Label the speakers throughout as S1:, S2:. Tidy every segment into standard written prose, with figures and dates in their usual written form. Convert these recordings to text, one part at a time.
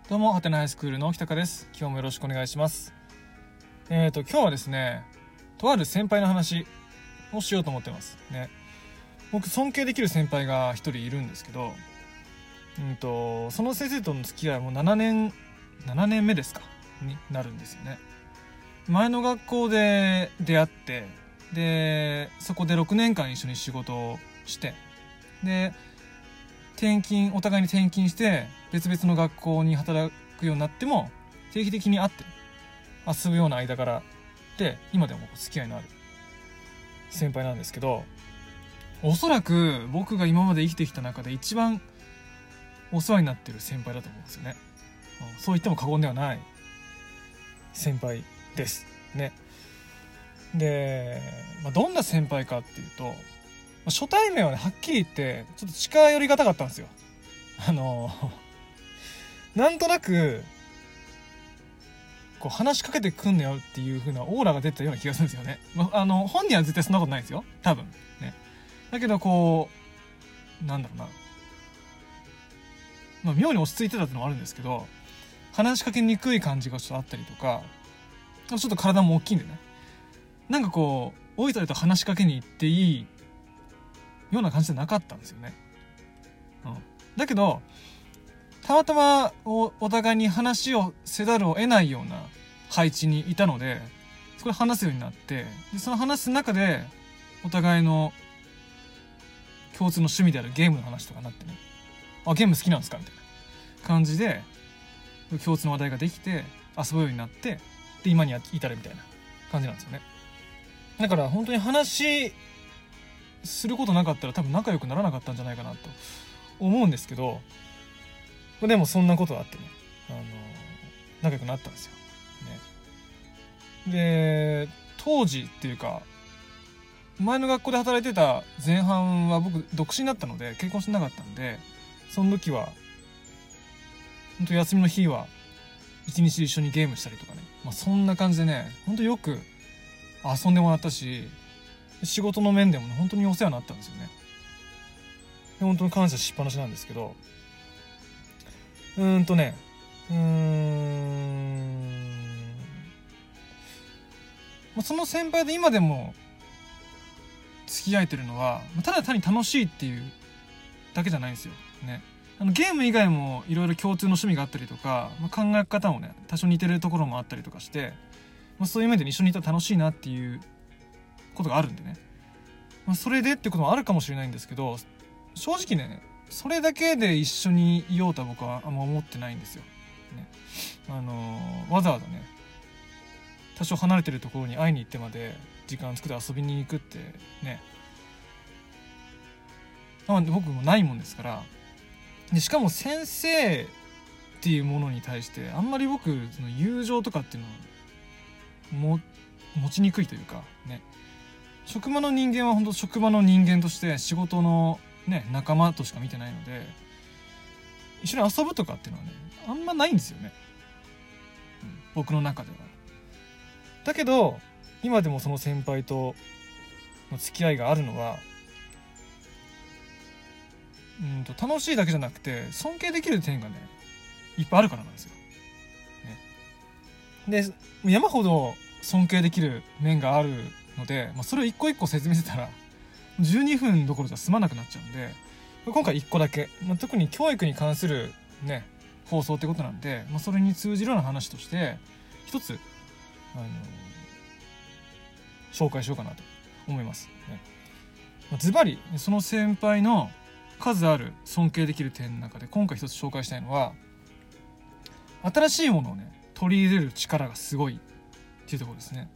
S1: どうもハテナハイスクールの北川です。今日もよろしくお願いします。今日はですね、とある先輩の話をしようと思ってますね。僕尊敬できる先輩が一人いるんですけど、その先生との付き合いも7年目ですかになるんですよね。前の学校で出会って、でそこで6年間一緒に仕事をして、でお互いに転勤して別々の学校に働くようになっても定期的に会って遊ぶような間柄で、今でも付き合いのある先輩なんですけど、おそらく僕が今まで生きてきた中で一番お世話になってる先輩だと思うんですよね。そう言っても過言ではない先輩ですね。で、どんな先輩かっていうと、初対面はね、はっきり言ってちょっと近寄りがたかったんですよ。なんとなくこう話しかけてくんのよっていう風なオーラが出たような気がするんですよね。本人は絶対そんなことないですよ、多分ね。だけどこうなんだろうな、妙に落ち着いてたってのもあるんですけど、話しかけにくい感じがちょっとあったりとか、ちょっと体も大きいんでね、なんかこうおいそれと話しかけに行っていいような感じじゃなかったんですよね。だけどたまたまお互いに話をせざるを得ないような配置にいたので、そこで話すようになって、でその話す中でお互いの共通の趣味であるゲームの話とかになってね、ゲーム好きなんですかみたいな感じで共通の話題ができて遊ぶようになって、で今に至るみたいな感じなんですよね。だから本当に話することなかったら多分仲良くならなかったんじゃないかなと思うんですけど、でもそんなことがあってね、仲良くなったんですよ、ね。で当時っていうか前の学校で働いてた前半は僕独身だったので結婚してなかったんで、その時は本当休みの日は一日一緒にゲームしたりとかね、そんな感じでね、本当よく遊んでもらったし、仕事の面でもね本当にお世話になったんですよね。で本当に感謝しっぱなしなんですけど、その先輩で今でも付き合えてるのはただ単に楽しいっていうだけじゃないんですよね。ゲーム以外もいろいろ共通の趣味があったりとか、考え方もね多少似てるところもあったりとかして、そういう面で一緒にいたら楽しいなっていうことがあるんでね、それでってこともあるかもしれないんですけど、正直ねそれだけで一緒にいようとは僕はあんま思ってないんですよ、ね。わざわざね多少離れてるところに会いに行ってまで時間作って遊びに行くってね、僕もないもんですから。でしかも先生っていうものに対してあんまり僕その友情とかっていうのは持ちにくいというかね、職場の人間は本当職場の人間として仕事のね仲間としか見てないので、一緒に遊ぶとかっていうのはねあんまないんですよね、僕の中では。だけど今でもその先輩との付き合いがあるのは楽しいだけじゃなくて尊敬できる点がねいっぱいあるからなんですよ、ね。で山ほど尊敬できる面があるので、それを一個一個説明してたら12分どころじゃ済まなくなっちゃうんで、今回1個だけ、特に教育に関するね放送ってことなんで、それに通じるような話として一つ紹介しようかなと思いますね。ズバリその先輩の数ある尊敬できる点の中で今回一つ紹介したいのは、新しいものをね取り入れる力がすごいっていうところですね。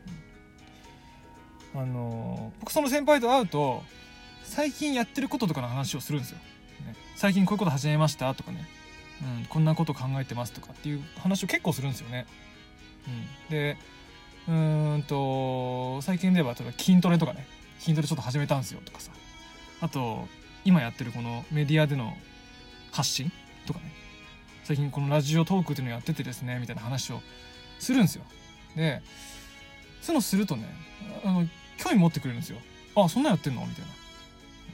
S1: 僕その先輩と会うと最近やってることとかの話をするんですよ、ね。最近こういうこと始めましたとかね、こんなこと考えてますとかっていう話を結構するんですよね。で最近では例えば筋トレとかね、筋トレちょっと始めたんですよとかさ、あと今やってるこのメディアでの発信とかね、最近このラジオトークっていうのをやっててですねみたいな話をするんですよ。でそういうのするとね興味持ってくれるんですよ。そんなんやってんのみたい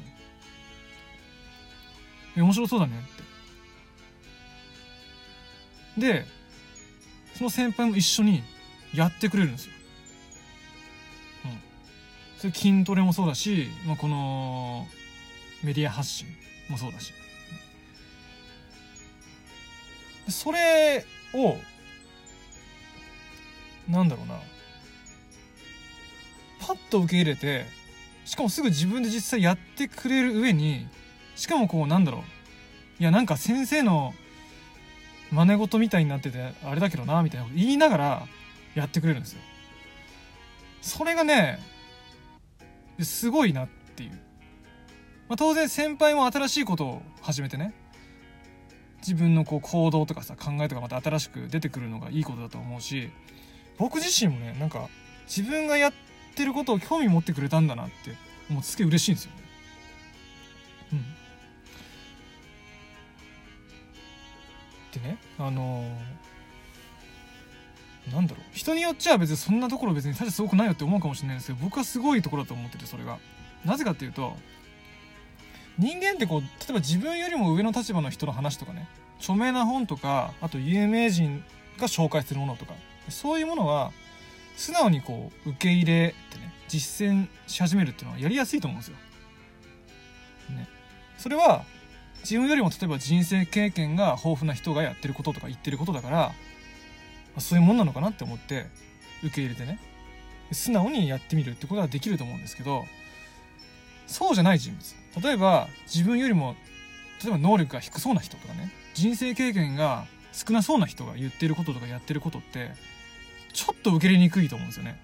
S1: な、面白そうだねってでその先輩も一緒にやってくれるんですよ。それ筋トレもそうだし、このメディア発信もそうだし、それをなんだろうな、パッと受け入れて、しかもすぐ自分で実際やってくれる上に、しかもこうなんだろう、いやなんか先生の真似事みたいになっててあれだけどなみたいなこと言いながらやってくれるんですよ。それがねすごいなっていう。当然先輩も新しいことを始めてね、自分のこう行動とかさ考えとかまた新しく出てくるのがいいことだと思うし、僕自身もねなんか自分がやってることを興味持ってくれたんだなって思ってすげえ嬉しいんですよね。でねなんだろう、人によっちゃ別にそんなところ別に大してすごくないよって思うかもしれないんですけど、僕はすごいところだと思ってて、それがなぜかっていうと、人間ってこう例えば自分よりも上の立場の人の話とかね、著名な本とか、あと有名人が紹介するものとか、そういうものは素直にこう受け入れてね実践し始めるっていうのはやりやすいと思うんですよ、ね、それは自分よりも例えば人生経験が豊富な人がやってることとか言ってることだから、そういうもんなのかなって思って受け入れてね素直にやってみるってことができると思うんですけど、そうじゃない人物、例えば自分よりも能力が低そうな人とかね、人生経験が少なそうな人が言ってることとかやってることってちょっと受け入れにくいと思うんですよね。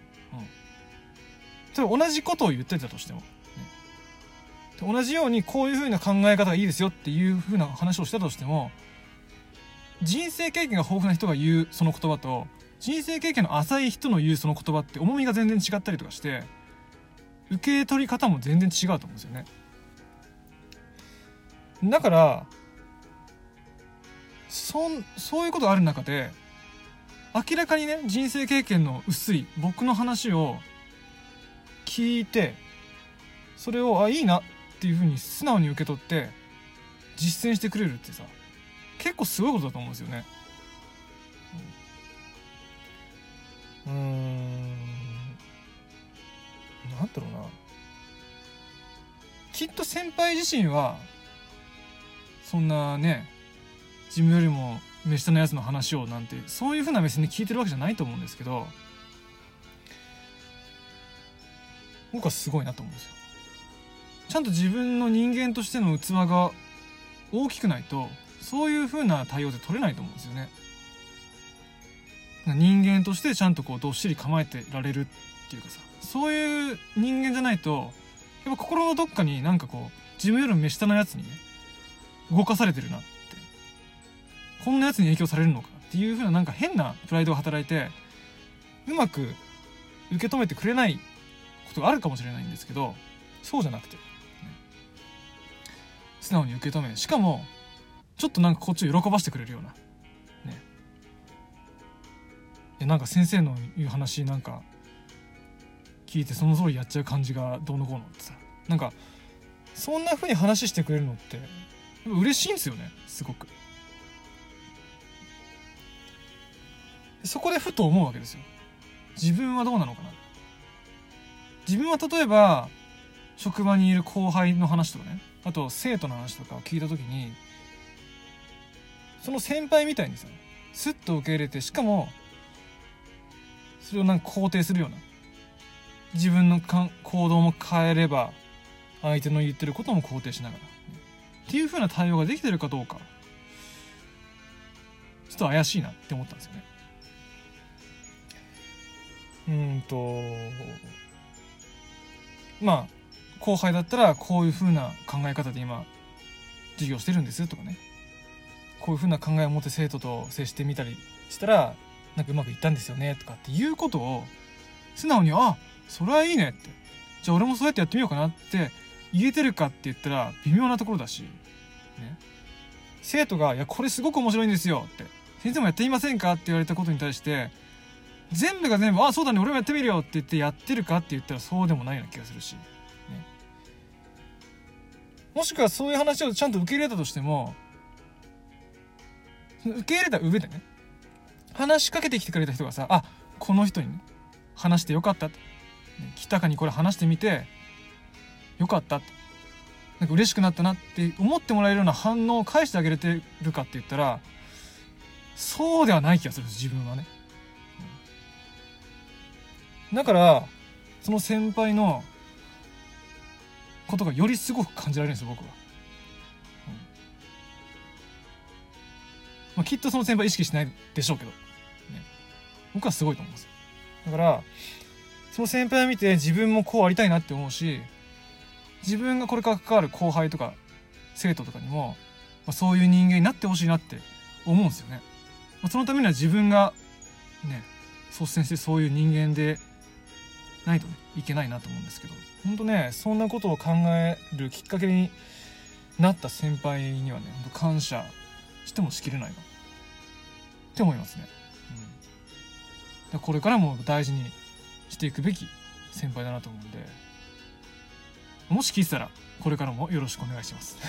S1: 例えば同じことを言ってたとしても、ね、同じようにこういう風な考え方がいいですよっていう風な話をしたとしても、人生経験が豊富な人が言うその言葉と人生経験の浅い人の言うその言葉って重みが全然違ったりとかして、受け取り方も全然違うと思うんですよね。だからそういうことがある中で、明らかにね人生経験の薄い僕の話を聞いて、それをいいなっていう風に素直に受け取って実践してくれるってさ、結構すごいことだと思うんですよね。なんだろうな、きっと先輩自身はそんなね自分よりも目下のやつの話をなんてそういう風な目線で聞いてるわけじゃないと思うんですけど、僕はすごいなと思うんですよ。ちゃんと自分の人間としての器が大きくないとそういう風な対応で取れないと思うんですよね。人間としてちゃんとこうどっしり構えてられるっていうかさ、そういう人間じゃないとやっぱ心のどっかになんかこう自分よりも目下のやつにね動かされてるなって、こんなやつに影響されるのかっていう風ななんか変なプライドが働いてうまく受け止めてくれないことがあるかもしれないんですけど、そうじゃなくて、素直に受け止め、しかもちょっとなんかこっちを喜ばせてくれるようなね、なんか先生の言う話なんか聞いてその通りやっちゃう感じがどうのこうのってさ、なんかそんな風に話してくれるのって嬉しいんですよね、すごく。そこでふと思うわけですよ。自分はどうなのかな。自分は例えば職場にいる後輩の話とかね、あと生徒の話とかを聞いた時に、その先輩みたいにさスッと受け入れて、しかもそれをなんか肯定するような、自分の行動も変えれば相手の言ってることも肯定しながらっていう風な対応ができてるかどうか、ちょっと怪しいなって思ったんですよね。まあ後輩だったらこういう風な考え方で今授業してるんですとかね、こういう風な考えを持って生徒と接してみたりしたらなんかうまくいったんですよねとかっていうことを素直に、あ、それはいいねって、じゃあ俺もそうやってやってみようかなって言えてるかって言ったら微妙なところだし、ね、生徒がいやこれすごく面白いんですよって、先生もやってみませんかって言われたことに対して全部が全部あそうだね俺もやってみるよって言ってやってるかって言ったらそうでもないような気がするし、ね、もしくはそういう話をちゃんと受け入れたとしても、 受け入れた上でね、話しかけてきてくれた人がさ、あ、この人にね話してよかったって、来たかにこれ話してみてよかったって、なんか嬉しくなったなって思ってもらえるような反応を返してあげれてるかって言ったら、そうではない気がする、自分はね。だからその先輩のことがよりすごく感じられるんですよ、僕は。まあ、きっとその先輩意識しないでしょうけど、ね、僕はすごいと思うんですよ。だからその先輩を見て自分もこうありたいなって思うし、自分がこれから関わる後輩とか生徒とかにも、まあ、そういう人間になってほしいなって思うんですよね。まあ、そのためには自分がね率先してそういう人間でないとねいけないなと思うんですけど、本当ねそんなことを考えるきっかけになった先輩にはね本当感謝してもしきれないなって思いますね。だこれからも大事にしていくべき先輩だなと思うんで、もし聞いてたらこれからもよろしくお願いします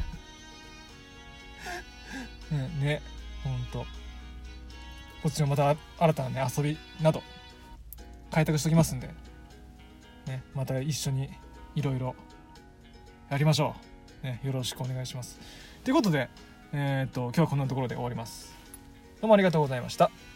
S1: ね、ほんとこっちのまた新たなね遊びなど開拓しておきますんで、ね、また一緒にいろいろやりましょう、ね、よろしくお願いしますということで、今日はこんなところで終わります。どうもありがとうございました。